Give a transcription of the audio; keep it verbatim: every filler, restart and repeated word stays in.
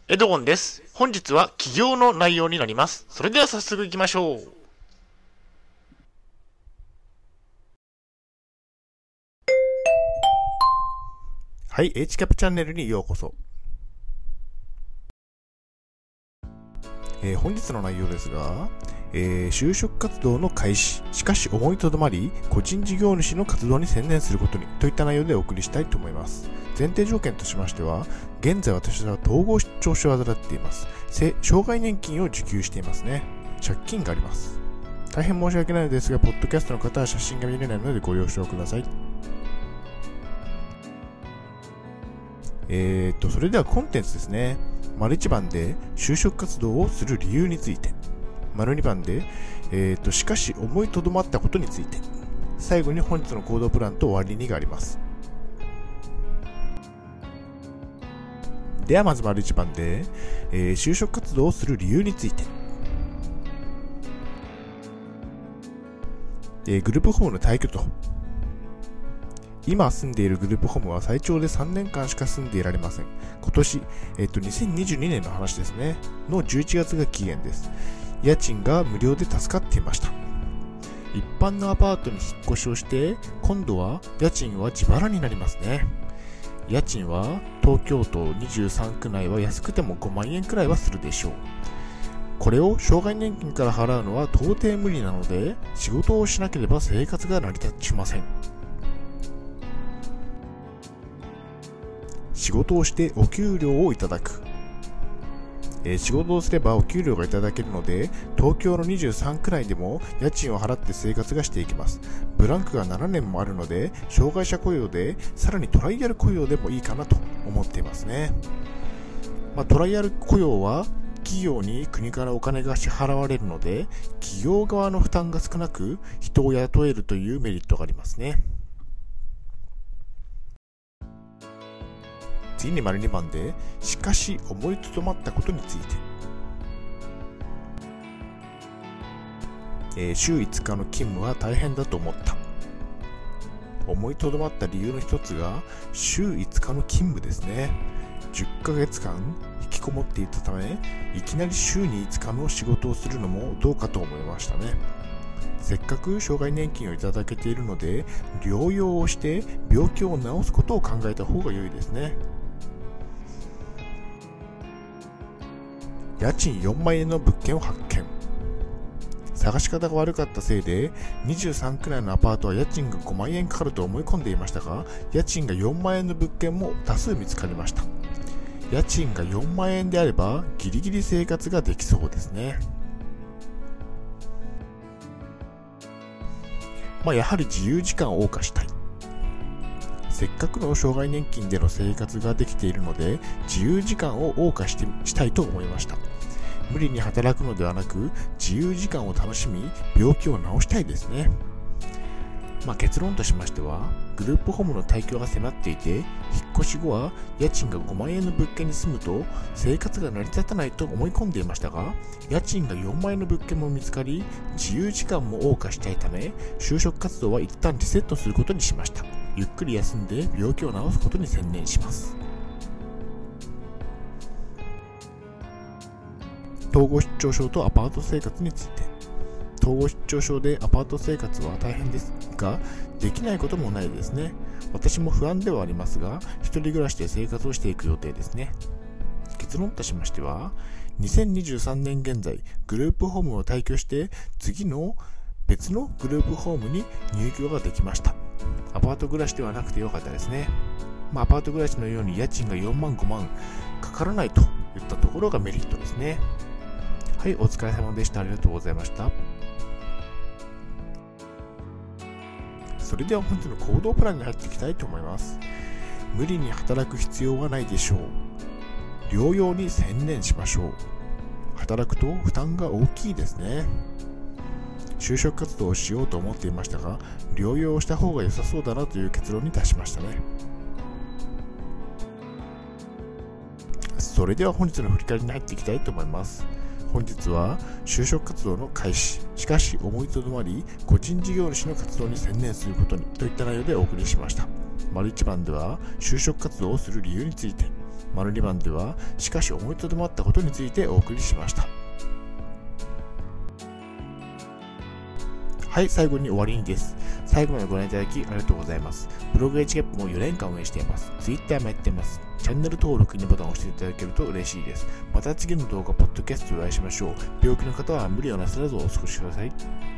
エドゴンです。本日は起業の内容になります。それでは早速行きましょう。 はい、H キャップチャンネルにようこそ。えー、本日の内容ですが、えー、就職活動の開始、しかし思いとどまり、個人事業主の活動に専念することにといった内容でお送りしたいと思います。前提条件としましては、現在私は統合失調症を患っています。障害年金を受給していますね。借金があります。大変申し訳ないのですが、ポッドキャストの方は写真が見れないのでご了承ください。えーっと、それではコンテンツですね。丸いちばんで就職活動をする理由について。丸にばんで、えーっと、しかし思いとどまったことについて。最後に本日の行動プランと終わりにがあります。ではまず丸いちばんで、えー、就職活動をする理由について。えー、グループホームの退去と。今住んでいるグループホームは最長でさんねんかんしか住んでいられません。今年、えっと、にせんにじゅうにねんの話ですね。のじゅういちがつが期限です。家賃が無料で助かっていました。一般のアパートに引っ越しをして、今度は家賃は自腹になりますね。家賃は東京都にじゅうさんく内は安くてもごまんえんくらいはするでしょう。これを障害年金から払うのは到底無理なので、仕事をしなければ生活が成り立ちません。仕事をしてお給料をいただく、えー、仕事をすればお給料がいただけるので、東京のにじゅうさんく内でも家賃を払って生活がしていきます。ブランクがななねんもあるので、障害者雇用でさらにトライアル雇用でもいいかなと思っていますね。まあ、トライアル雇用は企業に国からお金が支払われるので、企業側の負担が少なく人を雇えるというメリットがありますね。次に丸にばんで、しかし思いとどまったことについて。えー、週いつかの勤務は大変だと思った。思いとどまった理由の一つが、週いつかの勤務ですね。じゅっかげつかん引きこもっていたため、いきなり週にいつかの仕事をするのもどうかと思いましたね。せっかく障害年金をいただけているので、療養をして病気を治すことを考えた方が良いですね。家賃よんまんえんの物件を発見。探し方が悪かったせいで、にじゅうさんく内のアパートは家賃がごまんえんかかると思い込んでいましたが、家賃がよんまんえんの物件も多数見つかりました。家賃がよんまんえんであればギリギリ生活ができそうですね。まあ、やはり自由時間を謳歌したい。せっかくの障害年金での生活ができているので、自由時間を謳歌してしたいと思いました。無理に働くのではなく、自由時間を楽しみ、病気を治したいですね。まあ、結論としましては、グループホームの退去が迫っていて、引っ越し後は家賃がごまんえんの物件に住むと生活が成り立たないと思い込んでいましたが、家賃がよんまんえんの物件も見つかり、自由時間も謳歌したいため、就職活動は一旦リセットすることにしました。ゆっくり休んで病気を治すことに専念します。統合失調症とアパート生活について。統合失調症でアパート生活は大変ですが、できないこともないですね。私も不安ではありますが、一人暮らしで生活をしていく予定ですね。結論としましては、にせんにじゅうさんねん現在、グループホームを退去して、次の別のグループホームに入居ができました。アパート暮らしではなくてよかったですね。まあ、アパート暮らしのように家賃がよんまんごまんかからないといったところがメリットですね。はい、お疲れ様でした。ありがとうございました。それでは本日の行動プランに入っていきたいと思います。無理に働く必要はないでしょう。療養に専念しましょう。働くと負担が大きいですね。就職活動をしようと思っていましたが、療養をした方が良さそうだなという結論に達しましたね。それでは本日の振り返りに入っていきたいと思います。本日は就職活動の開始、しかし思いとどまり個人事業主の活動に専念することにといった内容でお送りしました。丸いちばんでは就職活動をする理由について、 マルリマンではしかし思いとどまったことについてお送りしました。はい、最後に終わりにです。最後までご覧いただきありがとうございます。ブログ エイチキャップ もよねんかん運営しています。Twitter もやっています。チャンネル登録、いいねボタンを押していただけると嬉しいです。また次の動画、ポッドキャストでお会いしましょう。病気の方は無理をなさらずお過ごしください。